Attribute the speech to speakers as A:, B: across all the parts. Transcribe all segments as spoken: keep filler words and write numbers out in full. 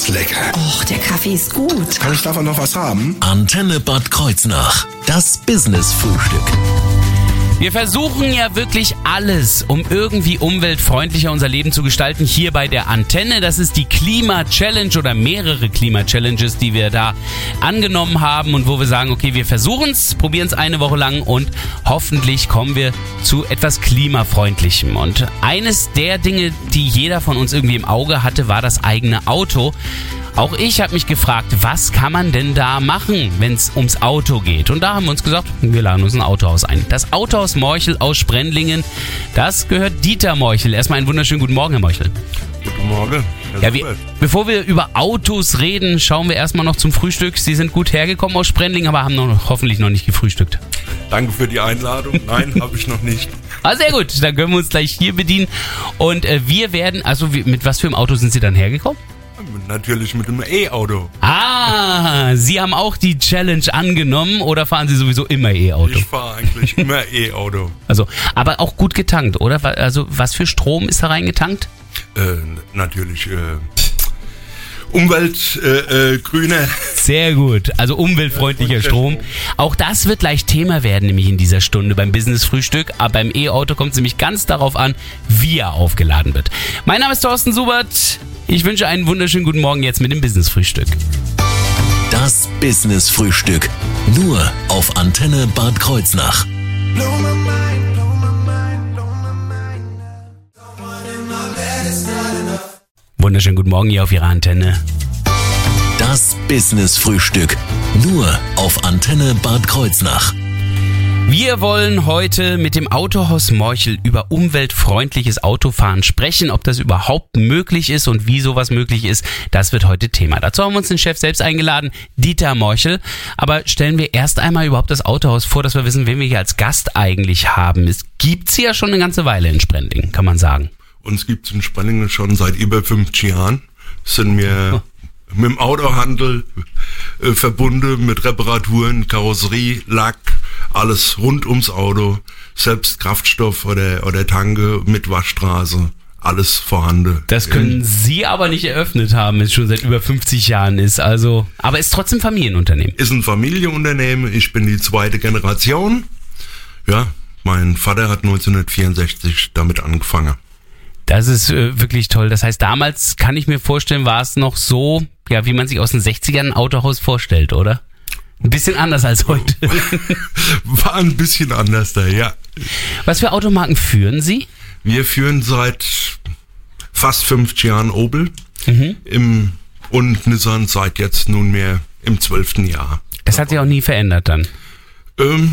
A: ist lecker.
B: Och, der Kaffee ist gut.
A: Kann ich davon noch was haben?
C: Antenne Bad Kreuznach. Das Business-Frühstück.
D: Wir versuchen ja wirklich alles, um irgendwie umweltfreundlicher unser Leben zu gestalten, hier bei der Antenne. Das ist die Klima-Challenge oder mehrere Klima-Challenges, die wir da angenommen haben und wo wir sagen, okay, wir versuchen es, probieren es eine Woche lang und hoffentlich kommen wir zu etwas Klimafreundlichem. Und eines der Dinge, die jeder von uns irgendwie im Auge hatte, war das eigene Auto. Auch ich habe mich gefragt, was kann man denn da machen, wenn es ums Auto geht? Und da haben wir uns gesagt, wir laden uns ein Autohaus ein. Das Autohaus Morchel aus Sprendlingen, das gehört Dieter Morchel. Erstmal einen wunderschönen guten Morgen, Herr Morchel.
E: Guten Morgen.
D: Ja, wir, bevor wir über Autos reden, schauen wir erstmal noch zum Frühstück. Sie sind gut hergekommen aus Sprendlingen, aber haben noch, hoffentlich noch nicht gefrühstückt.
E: Danke für die Einladung. Nein, habe ich noch nicht.
D: Ah, sehr gut, dann können wir uns gleich hier bedienen. Und äh, wir werden, also wie, mit was für einem Auto sind Sie dann hergekommen?
E: Natürlich mit einem E-Auto.
D: Ah, Sie haben auch die Challenge angenommen oder fahren Sie sowieso immer E-Auto?
E: Ich fahre eigentlich immer E-Auto.
D: Also, aber auch gut getankt, oder? Also, was für Strom ist da reingetankt?
E: Äh, natürlich äh, Umwelt, äh, äh, grüner.
D: Sehr gut, also umweltfreundlicher Strom. Auch das wird gleich Thema werden, nämlich in dieser Stunde beim Business-Frühstück. Aber beim E-Auto kommt es nämlich ganz darauf an, wie er aufgeladen wird. Mein Name ist Thorsten Subert. Ich wünsche einen wunderschönen guten Morgen jetzt mit dem Business-Frühstück.
C: Das Business-Frühstück. Nur auf Antenne Bad Kreuznach.
D: Wunderschönen guten Morgen hier auf Ihrer Antenne.
C: Das Business-Frühstück. Nur auf Antenne Bad Kreuznach.
D: Wir wollen heute mit dem Autohaus Morchel über umweltfreundliches Autofahren sprechen, ob das überhaupt möglich ist und wie sowas möglich ist. Das wird heute Thema. Dazu haben wir uns den Chef selbst eingeladen, Dieter Morchel. Aber stellen wir erst einmal überhaupt das Autohaus vor, dass wir wissen, wen wir hier als Gast eigentlich haben. Es gibt sie ja schon eine ganze Weile in Sprendlingen, kann man sagen.
E: Uns gibt es in Sprendlingen schon seit über fünfzig Jahren. Sind wir oh. mit dem Autohandel äh, verbunden, mit Reparaturen, Karosserie, Lack, alles rund ums Auto, selbst Kraftstoff oder, oder Tanke mit Waschstraße, alles vorhanden.
D: Das können Sie aber nicht eröffnet haben, es schon seit über fünfzig Jahren ist, also, aber ist trotzdem Familienunternehmen.
E: Ist ein Familienunternehmen, ich bin die zweite Generation. Ja, mein Vater hat neunzehnhundertvierundsechzig damit angefangen.
D: Das ist äh, wirklich toll. Das heißt, damals kann ich mir vorstellen, war es noch so, ja, wie man sich aus den sechzigern ein Autohaus vorstellt, oder? Ein bisschen anders als heute.
E: War ein bisschen anders da, ja.
D: Was für Automarken führen Sie?
E: Wir führen seit fast fünfzig Jahren Opel
D: Mhm.
E: im, und Nissan seit jetzt nunmehr im zwölften Jahr.
D: Das hat sich auch nie verändert dann?
E: Ähm,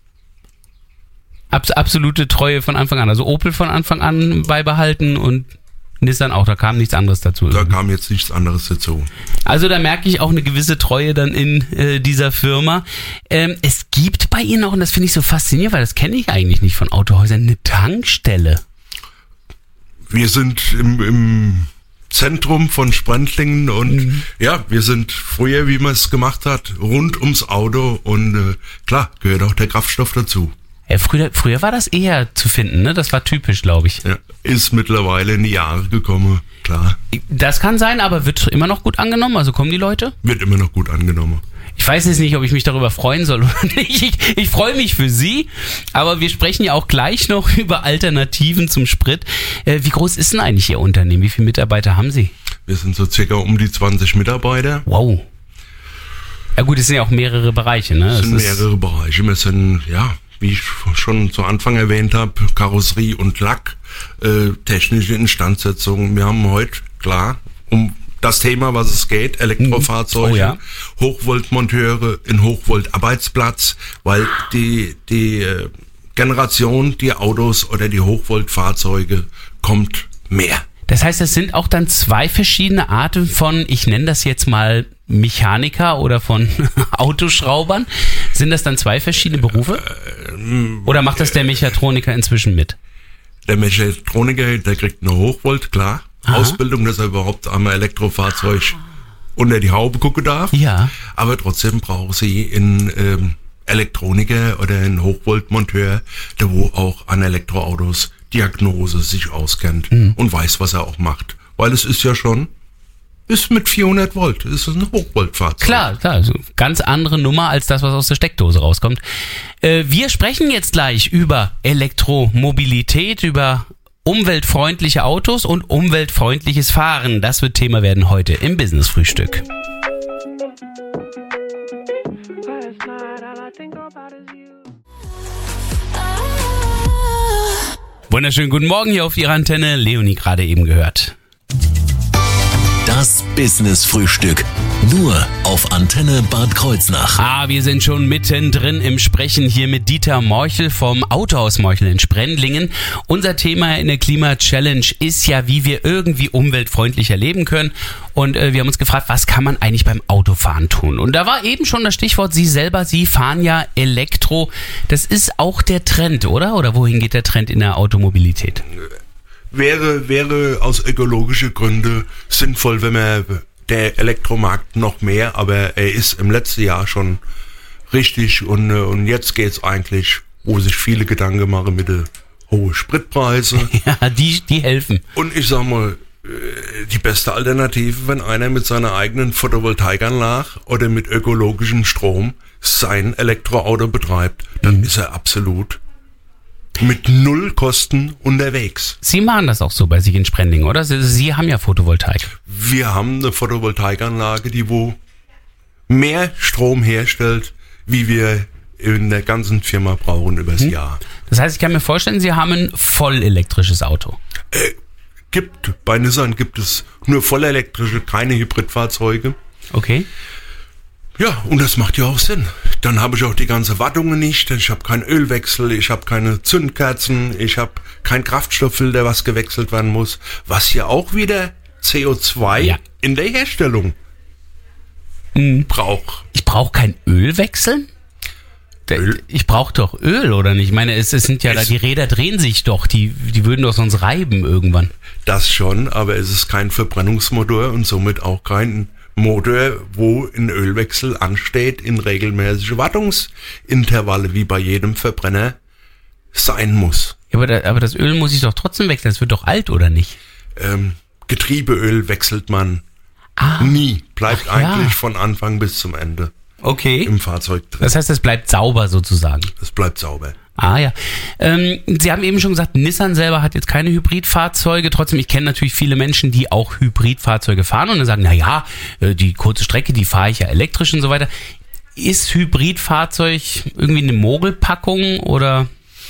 D: Abs- absolute Treue von Anfang an. Also Opel von Anfang an beibehalten und Nissan auch, da kam nichts anderes dazu.
E: Da kam jetzt nichts anderes dazu.
D: Also da merke ich auch eine gewisse Treue dann in äh, dieser Firma. Ähm, es gibt bei Ihnen auch, und das finde ich so faszinierend, weil das kenne ich eigentlich nicht von Autohäusern, eine Tankstelle.
E: Wir sind im, im Zentrum von Sprendlingen und mhm. ja, wir sind früher, wie man es gemacht hat, rund ums Auto und äh, klar, gehört auch der Kraftstoff dazu.
D: Ja, früher, früher war das eher zu finden, ne? Das war typisch, glaube ich.
E: Ja, ist mittlerweile in die Jahre gekommen, klar.
D: Das kann sein, aber wird immer noch gut angenommen? Also kommen die Leute?
E: Wird immer noch gut angenommen.
D: Ich weiß jetzt nicht, ob ich mich darüber freuen soll oder nicht. Ich, ich freue mich für Sie, aber wir sprechen ja auch gleich noch über Alternativen zum Sprit. Äh, wie groß ist denn eigentlich Ihr Unternehmen? Wie viele Mitarbeiter haben Sie?
E: Wir sind so circa um die zwanzig Mitarbeiter.
D: Wow. Ja gut, es sind ja auch mehrere Bereiche, ne?
E: Es sind
D: das
E: mehrere Bereiche. Wir sind, ja, wie ich schon zu Anfang erwähnt habe, Karosserie und Lack, äh, technische Instandsetzung. Wir haben heute, klar, um das Thema, was es geht, Elektrofahrzeuge,
D: oh ja.
E: Hochvoltmonteure, in Hochvolt-Arbeitsplatz, weil die, die äh, Generation, die Autos oder die Hochvoltfahrzeuge kommt mehr.
D: Das heißt, es sind auch dann zwei verschiedene Arten von, ich nenne das jetzt mal Mechaniker oder von Autoschraubern. Sind das dann zwei verschiedene Berufe? Oder macht das der Mechatroniker inzwischen mit?
E: Der Mechatroniker, der kriegt eine Hochvolt, klar. Aha. Ausbildung, dass er überhaupt einmal Elektrofahrzeug unter die Haube gucken darf.
D: Ja.
E: Aber trotzdem braucht sie einen ähm, Elektroniker oder einen Hochvoltmonteur, der wo auch an Elektroautos Diagnose sich auskennt mhm. und weiß, was er auch macht. Weil es ist ja schon ist mit vierhundert Volt. Das ist ein Hochvoltfahrzeug.
D: Klar, klar, also ganz andere Nummer als das, was aus der Steckdose rauskommt. Äh, wir sprechen jetzt gleich über Elektromobilität, über umweltfreundliche Autos und umweltfreundliches Fahren. Das wird Thema werden heute im Business-Frühstück. Wunderschönen guten Morgen hier auf Ihrer Antenne. Leonie gerade eben gehört.
C: Das Business-Frühstück. Nur auf Antenne Bad Kreuznach.
D: Ah, wir sind schon mittendrin im Sprechen hier mit Dieter Morchel vom Autohaus Morchel in Sprendlingen. Unser Thema in der Klima-Challenge ist ja, wie wir irgendwie umweltfreundlicher leben können. Und äh, wir haben uns gefragt, was kann man eigentlich beim Autofahren tun? Und da war eben schon das Stichwort, Sie selber, Sie fahren ja Elektro. Das ist auch der Trend, oder? Oder wohin geht der Trend in der Automobilität?
E: Wäre, wäre aus ökologischen Gründen sinnvoll, wenn man der Elektromarkt noch mehr, aber er ist im letzten Jahr schon richtig und, und jetzt geht's eigentlich, wo sich viele Gedanken machen mit den hohen Spritpreisen.
D: Ja, die, die helfen.
E: Und ich sag mal, die beste Alternative, wenn einer mit seiner eigenen Photovoltaikanlage oder mit ökologischem Strom sein Elektroauto betreibt, dann mhm. ist er absolut mit null Kosten unterwegs.
D: Sie machen das auch so bei sich in Sprendlingen, oder? Sie, Sie haben ja Photovoltaik.
E: Wir haben eine Photovoltaikanlage, die wo mehr Strom herstellt, wie wir in der ganzen Firma brauchen übers hm. Jahr.
D: Das heißt, ich kann mir vorstellen, Sie haben ein voll elektrisches Auto.
E: Äh, gibt, bei Nissan gibt es nur voll elektrische, keine Hybridfahrzeuge.
D: Okay.
E: Ja, und das macht ja auch Sinn. Dann habe ich auch die ganze Wartung nicht, ich habe keinen Ölwechsel, ich habe keine Zündkerzen, ich habe keinen Kraftstofffilter, was gewechselt werden muss, was ja auch wieder C O zwei ja. in der Herstellung mhm. braucht.
D: Ich brauche kein Ölwechsel? Öl? Ich brauche doch Öl, oder nicht? Ich meine, es, es sind ja es da, die Räder drehen sich doch, die, die würden doch sonst reiben irgendwann. Das
E: schon, aber es ist kein Verbrennungsmotor und somit auch kein Motor, wo ein Ölwechsel ansteht in regelmäßige Wartungsintervalle, wie bei jedem Verbrenner sein muss.
D: Ja, aber, da, aber das Öl muss ich doch trotzdem wechseln, das wird doch alt, oder nicht?
E: Ähm, Getriebeöl wechselt man ah. nie, bleibt Ach, eigentlich ja. von Anfang bis zum Ende
D: okay.
E: im Fahrzeug drin.
D: Das heißt, es bleibt sauber sozusagen?
E: Es bleibt sauber.
D: Ah ja. Ähm, Sie haben eben schon gesagt, Nissan selber hat jetzt keine Hybridfahrzeuge. Trotzdem, ich kenne natürlich viele Menschen, die auch Hybridfahrzeuge fahren und dann sagen, na ja, die kurze Strecke, die fahre ich ja elektrisch und so weiter. Ist Hybridfahrzeug irgendwie eine Mogelpackung oder?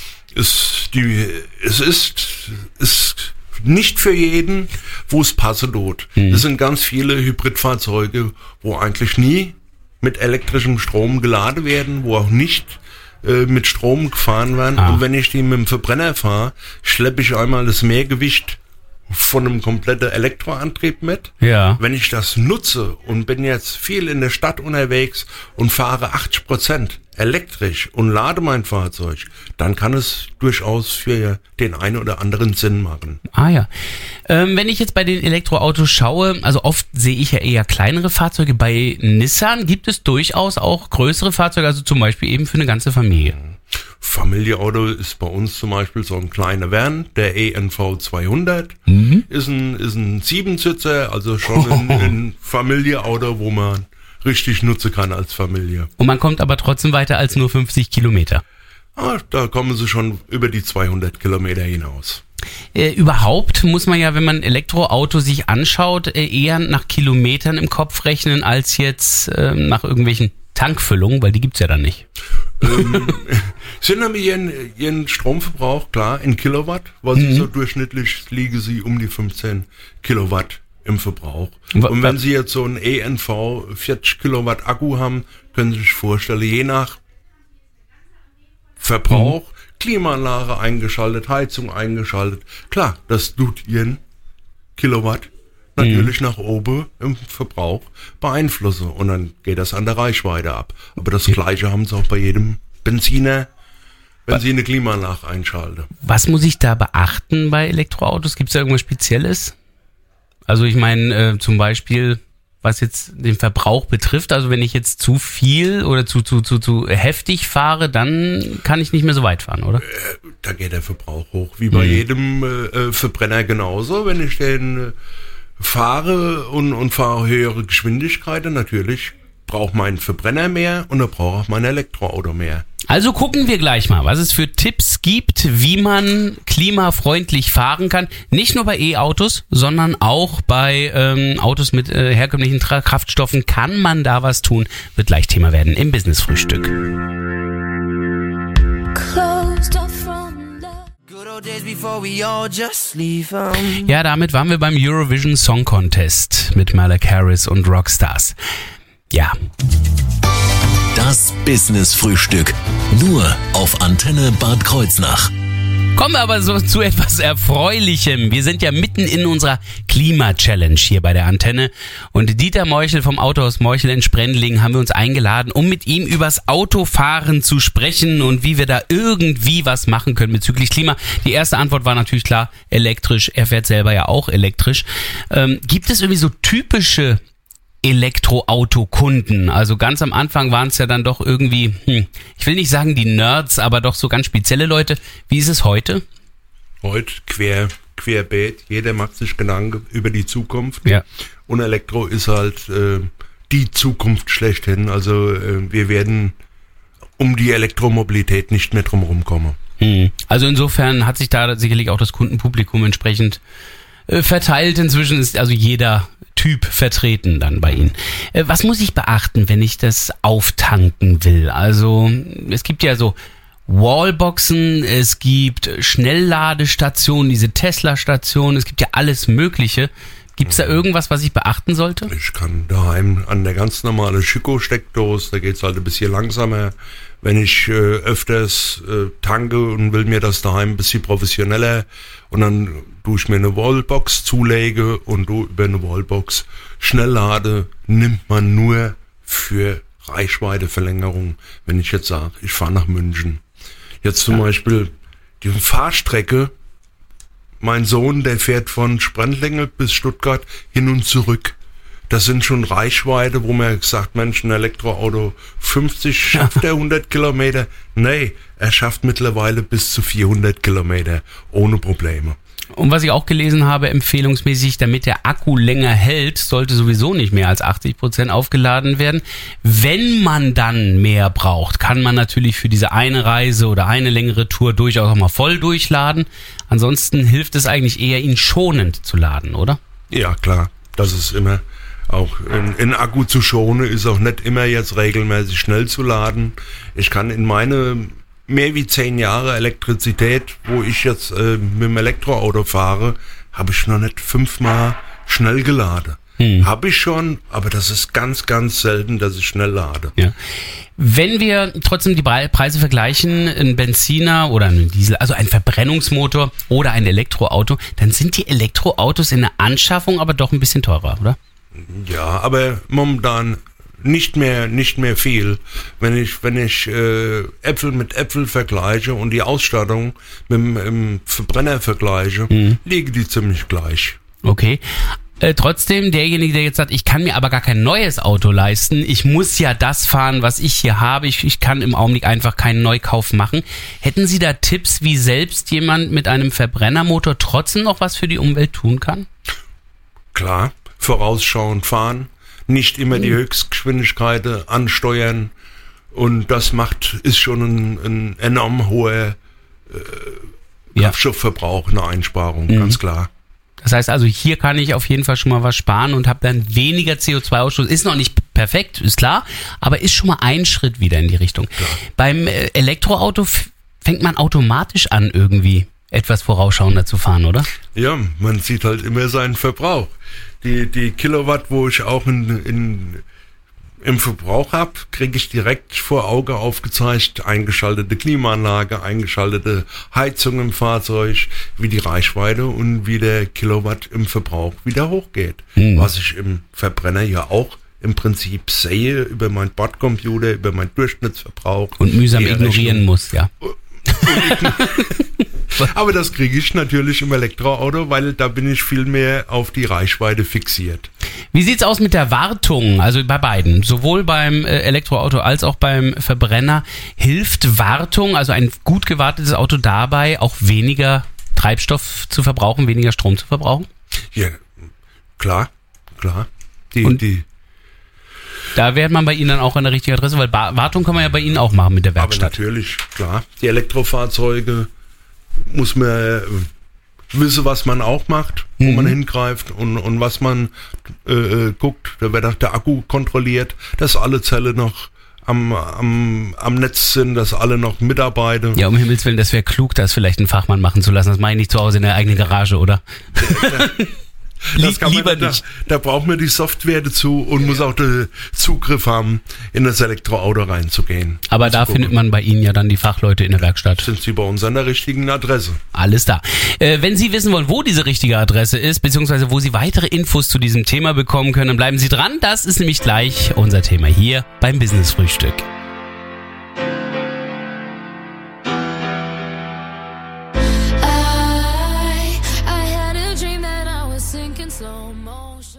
E: Es, die, es ist, ist nicht für jeden, wo es passe tut. Hm. Es sind ganz viele Hybridfahrzeuge, wo eigentlich nie mit elektrischem Strom geladen werden, wo auch nicht mit Strom gefahren werden. Ah. Und wenn ich die mit dem Verbrenner fahre, schleppe ich einmal das Mehrgewicht von einem kompletten Elektroantrieb mit.
D: Ja.
E: Wenn ich das nutze und bin jetzt viel in der Stadt unterwegs und fahre achtzig Prozent elektrisch und lade mein Fahrzeug, dann kann es durchaus für den einen oder anderen Sinn machen.
D: Ah ja. Ähm, wenn ich jetzt bei den Elektroautos schaue, also oft sehe ich ja eher kleinere Fahrzeuge. Bei Nissan gibt es durchaus auch größere Fahrzeuge, also zum Beispiel eben für eine ganze Familie.
E: Familienauto ist bei uns zum Beispiel so ein kleiner Van, der E N V zweihundert.
D: Mhm.
E: Ist ein, ist ein Siebensitzer, also schon ein, ein Familienauto, wo man richtig nutzen kann als Familie.
D: Und man kommt aber trotzdem weiter als nur fünfzig Kilometer.
E: Ah, da kommen sie schon über die zweihundert Kilometer hinaus.
D: Äh, überhaupt muss man ja, wenn man ein Elektroauto sich anschaut, äh, eher nach Kilometern im Kopf rechnen, als jetzt äh, nach irgendwelchen Tankfüllungen, weil die gibt's ja dann nicht.
E: ähm, sind aber ihren, ihren Stromverbrauch, klar, in Kilowatt, weil sie mhm. so durchschnittlich liegen sie um die fünfzehn Kilowatt im Verbrauch. Und wenn Sie jetzt so einen E N V vierzig Kilowatt Akku haben, können Sie sich vorstellen, je nach Verbrauch, mhm. Klimaanlage eingeschaltet, Heizung eingeschaltet, klar, das tut Ihren Kilowatt natürlich mhm. nach oben im Verbrauch beeinflussen und dann geht das an der Reichweite ab. Aber das Gleiche haben Sie auch bei jedem Benziner, wenn Sie eine Klimaanlage einschalten.
D: Was muss ich da beachten bei Elektroautos? Gibt es da irgendwas Spezielles? Also ich meine äh, zum Beispiel, was jetzt den Verbrauch betrifft, also wenn ich jetzt zu viel oder zu zu zu zu heftig fahre, dann kann ich nicht mehr so weit fahren, oder?
E: Äh, da geht der Verbrauch hoch, wie bei mhm. jedem äh, Verbrenner genauso. Wenn ich den äh, fahre und, und fahre höhere Geschwindigkeiten, natürlich braucht mein Verbrenner mehr und da braucht auch mein Elektroauto mehr.
D: Also gucken wir gleich mal, was es für Tipps gibt, wie man klimafreundlich fahren kann. Nicht nur bei E-Autos, sondern auch bei ähm, Autos mit äh, herkömmlichen Tra- Kraftstoffen kann man da was tun. Wird gleich Thema werden im Business-Frühstück. Ja, damit waren wir beim Eurovision Song Contest mit Mariah Carey und Rockstars. Ja.
C: Das Business-Frühstück. Nur auf Antenne Bad Kreuznach.
D: Kommen wir aber so zu etwas Erfreulichem. Wir sind ja mitten in unserer Klima-Challenge hier bei der Antenne. Und Dieter Meuchel vom Autohaus Meuchel in Sprendlingen haben wir uns eingeladen, um mit ihm übers Autofahren zu sprechen und wie wir da irgendwie was machen können bezüglich Klima. Die erste Antwort war natürlich klar, elektrisch. Er fährt selber ja auch elektrisch. Ähm, gibt es irgendwie so typische Elektroautokunden? Also ganz am Anfang waren es ja dann doch irgendwie, hm, ich will nicht sagen die Nerds, aber doch so ganz spezielle Leute. Wie ist es heute?
E: Heute quer, querbeet. Jeder macht sich Gedanken über die Zukunft.
D: Ja.
E: Und Elektro ist halt äh, die Zukunft schlechthin. Also äh, wir werden um die Elektromobilität nicht mehr drum herum kommen.
D: Hm. Also insofern hat sich da sicherlich auch das Kundenpublikum entsprechend äh, verteilt. Inzwischen ist also jeder Typ vertreten dann bei Ihnen. Äh, was muss ich beachten, wenn ich das auftanken will? Also es gibt ja so Wallboxen, es gibt Schnellladestationen, diese Tesla-Stationen, es gibt ja alles Mögliche. Gibt es da irgendwas, was ich beachten sollte?
E: Ich kann daheim an der ganz normale Chico-Steckdose, da geht es halt ein bisschen langsamer. Wenn ich äh, öfters äh, tanke und will mir das daheim ein bisschen professioneller und dann tue ich mir eine Wallbox zulege und du über eine Wallbox schnell lade, nimmt man nur für Reichweiteverlängerung. Wenn ich jetzt sage, ich fahre nach München. Jetzt zum ja. Beispiel die Fahrstrecke, mein Sohn, der fährt von Sprendlingen bis Stuttgart hin und zurück. Das sind schon Reichweite, wo man sagt, Mensch, ein Elektroauto fünfzig schafft er hundert Kilometer. Nee, er schafft mittlerweile bis zu vierhundert Kilometer ohne Probleme.
D: Und was ich auch gelesen habe, empfehlungsmäßig, damit der Akku länger hält, sollte sowieso nicht mehr als achtzig Prozent aufgeladen werden. Wenn man dann mehr braucht, kann man natürlich für diese eine Reise oder eine längere Tour durchaus auch mal voll durchladen. Ansonsten hilft es eigentlich eher, ihn schonend zu laden, oder?
E: Ja, klar. Das ist immer auch in, in Akku zu schonen, ist auch nicht immer jetzt regelmäßig schnell zu laden. Ich kann in meine mehr wie zehn Jahre Elektrizität, wo ich jetzt äh, mit dem Elektroauto fahre, habe ich noch nicht fünfmal schnell geladen. Hm. Habe ich schon, aber das ist ganz, ganz selten, dass ich schnell lade.
D: Ja. Wenn wir trotzdem die Preise vergleichen, ein Benziner oder ein Diesel, also ein Verbrennungsmotor oder ein Elektroauto, dann sind die Elektroautos in der Anschaffung aber doch ein bisschen teurer, oder?
E: Ja, aber momentan nicht mehr, nicht mehr viel. Wenn ich, wenn ich äh, Äpfel mit Äpfel vergleiche und die Ausstattung mit dem ähm, Verbrenner vergleiche, mhm. liegen die ziemlich gleich.
D: Okay. Äh, trotzdem, derjenige, der jetzt sagt, ich kann mir aber gar kein neues Auto leisten, ich muss ja das fahren, was ich hier habe, ich, ich kann im Augenblick einfach keinen Neukauf machen. Hätten Sie da Tipps, wie selbst jemand mit einem Verbrennermotor trotzdem noch was für die Umwelt tun kann?
E: Klar, vorausschauend fahren. Nicht immer die Höchstgeschwindigkeit ansteuern und das macht, ist schon ein, ein enorm hoher äh, Kraftstoffverbrauch, eine Einsparung, mhm. ganz klar.
D: Das heißt also, hier kann ich auf jeden Fall schon mal was sparen und habe dann weniger C O zwei Ausstoß. Ist noch nicht perfekt, ist klar, aber ist schon mal ein Schritt wieder in die Richtung. Klar. Beim äh, Elektroauto f- fängt man automatisch an, irgendwie etwas vorausschauender zu fahren, oder?
E: Ja, man sieht halt immer seinen Verbrauch. Die, die Kilowatt, wo ich auch in, in, im Verbrauch habe, kriege ich direkt vor Auge aufgezeigt, eingeschaltete Klimaanlage, eingeschaltete Heizung im Fahrzeug, wie die Reichweite und wie der Kilowatt im Verbrauch wieder hochgeht. Hm. Was ich im Verbrenner ja auch im Prinzip sehe, über meinen Bordcomputer, über meinen Durchschnittsverbrauch.
D: Und mühsam ignorieren Rechnung. muss, ja.
E: Aber das kriege ich natürlich im Elektroauto, weil da bin ich viel mehr auf die Reichweite fixiert.
D: Wie sieht's aus mit der Wartung? Also bei beiden, sowohl beim Elektroauto als auch beim Verbrenner. Hilft Wartung, also ein gut gewartetes Auto dabei, auch weniger Treibstoff zu verbrauchen, weniger Strom zu verbrauchen?
E: Ja, Klar, klar. Die,
D: Und
E: die,
D: da wäre man bei Ihnen dann auch an der richtigen Adresse, weil ba- Wartung kann man ja bei Ihnen auch machen mit der
E: aber
D: Werkstatt.
E: natürlich, klar. Die Elektrofahrzeuge muss man äh, wissen, was man auch macht, wo
D: Mhm.
E: man hingreift und, und was man äh, guckt. Da wird auch der Akku kontrolliert, dass alle Zellen noch am, am, am Netz sind, dass alle noch mitarbeiten.
D: Ja, um Himmels Willen, das wäre klug, das vielleicht einen Fachmann machen zu lassen. Das mache ich nicht zu Hause in der eigenen Garage, oder?
E: Das kann man,
D: Lieber
E: da,
D: nicht.
E: da braucht man die Software dazu und muss auch den Zugriff haben, in das Elektroauto reinzugehen.
D: Aber da
E: gucken.
D: findet man bei Ihnen ja dann die Fachleute in der Werkstatt.
E: Sind Sie bei uns an der richtigen Adresse?
D: Alles da. Äh, wenn Sie wissen wollen, wo diese richtige Adresse ist, beziehungsweise wo Sie weitere Infos zu diesem Thema bekommen können, dann bleiben Sie dran. Das ist nämlich gleich unser Thema hier beim Business Frühstück.
A: I, I had a dream that I was sinking slow motion.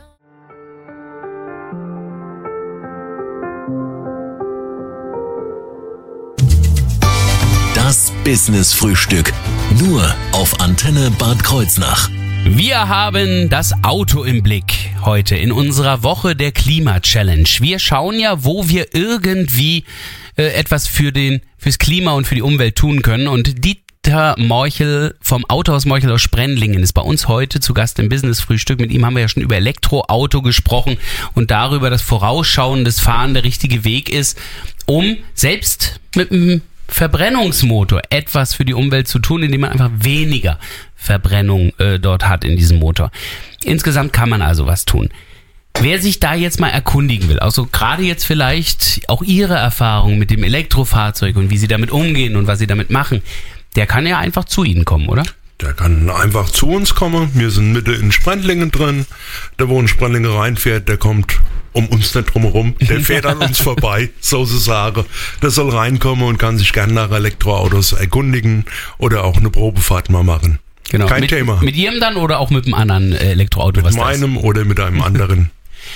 C: Das Business Frühstück. Nur auf Antenne Bad Kreuznach.
D: Wir haben das Auto im Blick heute in unserer Woche der Klima-Challenge. Wir schauen ja, wo wir irgendwie äh, etwas für den, fürs Klima und für die Umwelt tun können. Und Dieter Morchel vom Autohaus Morchel aus Sprendlingen ist bei uns heute zu Gast im Business-Frühstück. Mit ihm haben wir ja schon über Elektroauto gesprochen und darüber, dass vorausschauendes Fahren der richtige Weg ist, um selbst mit einem Verbrennungsmotor etwas für die Umwelt zu tun, indem man einfach weniger Verbrennung äh, dort hat in diesem Motor. Insgesamt kann man also was tun. Wer sich da jetzt mal erkundigen will, also gerade jetzt vielleicht auch Ihre Erfahrungen mit dem Elektrofahrzeug und wie Sie damit umgehen und was Sie damit machen, der kann ja einfach zu Ihnen kommen, oder?
E: Der kann einfach zu uns kommen. Wir sind mitten in Sprendlingen drin. Der, wo in Sprendlingen reinfährt, der kommt um uns nicht drumherum. Der fährt an uns vorbei, sozusagen. Der soll reinkommen und kann sich gerne nach Elektroautos erkundigen oder auch eine Probefahrt mal machen.
D: Genau.
E: Kein
D: mit,
E: Thema.
D: Mit Ihrem dann oder auch mit einem anderen äh, Elektroauto?
E: Mit
D: was da ist?
E: meinem oder mit einem anderen.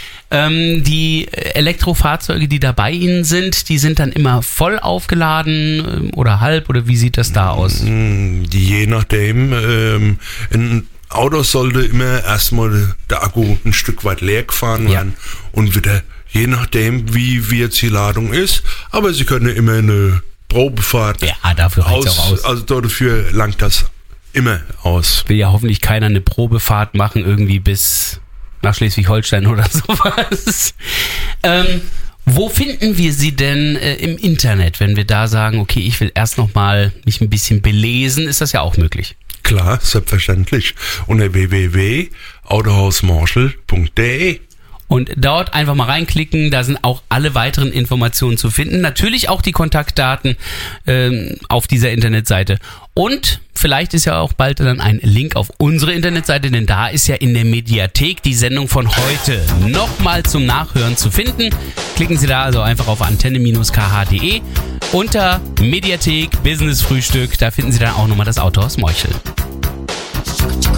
D: Ähm, die Elektrofahrzeuge, die da bei Ihnen sind, die sind dann immer voll aufgeladen ähm, oder halb, oder wie sieht das da aus?
E: Die, je nachdem, ähm, ein Auto sollte immer erstmal der Akku ein Stück weit leer gefahren werden und wieder, je nachdem, wie, wie jetzt die Ladung ist. Aber Sie können immer eine Probefahrt
D: Ja, dafür reicht's
E: aus,
D: auch aus.
E: also dafür langt das immer aus.
D: Will ja hoffentlich keiner eine Probefahrt machen, irgendwie bis nach Schleswig-Holstein oder sowas. ähm, wo finden wir sie denn äh, im Internet, wenn wir da sagen, okay, ich will erst noch mal mich ein bisschen belesen, ist das ja auch möglich?
E: Klar, selbstverständlich. Unter w w w punkt autohausmorchel punkt d e.
D: Und dort einfach mal reinklicken, da sind auch alle weiteren Informationen zu finden. Natürlich auch die Kontaktdaten ähm, auf dieser Internetseite. Und vielleicht ist ja auch bald dann ein Link auf unsere Internetseite, denn da ist ja in der Mediathek die Sendung von heute nochmal zum Nachhören zu finden. Klicken Sie da also einfach auf antenne k h punkt d e. Unter Mediathek Business Frühstück, da finden Sie dann auch nochmal das Autohaus Morchel.
A: Chicka, chicka.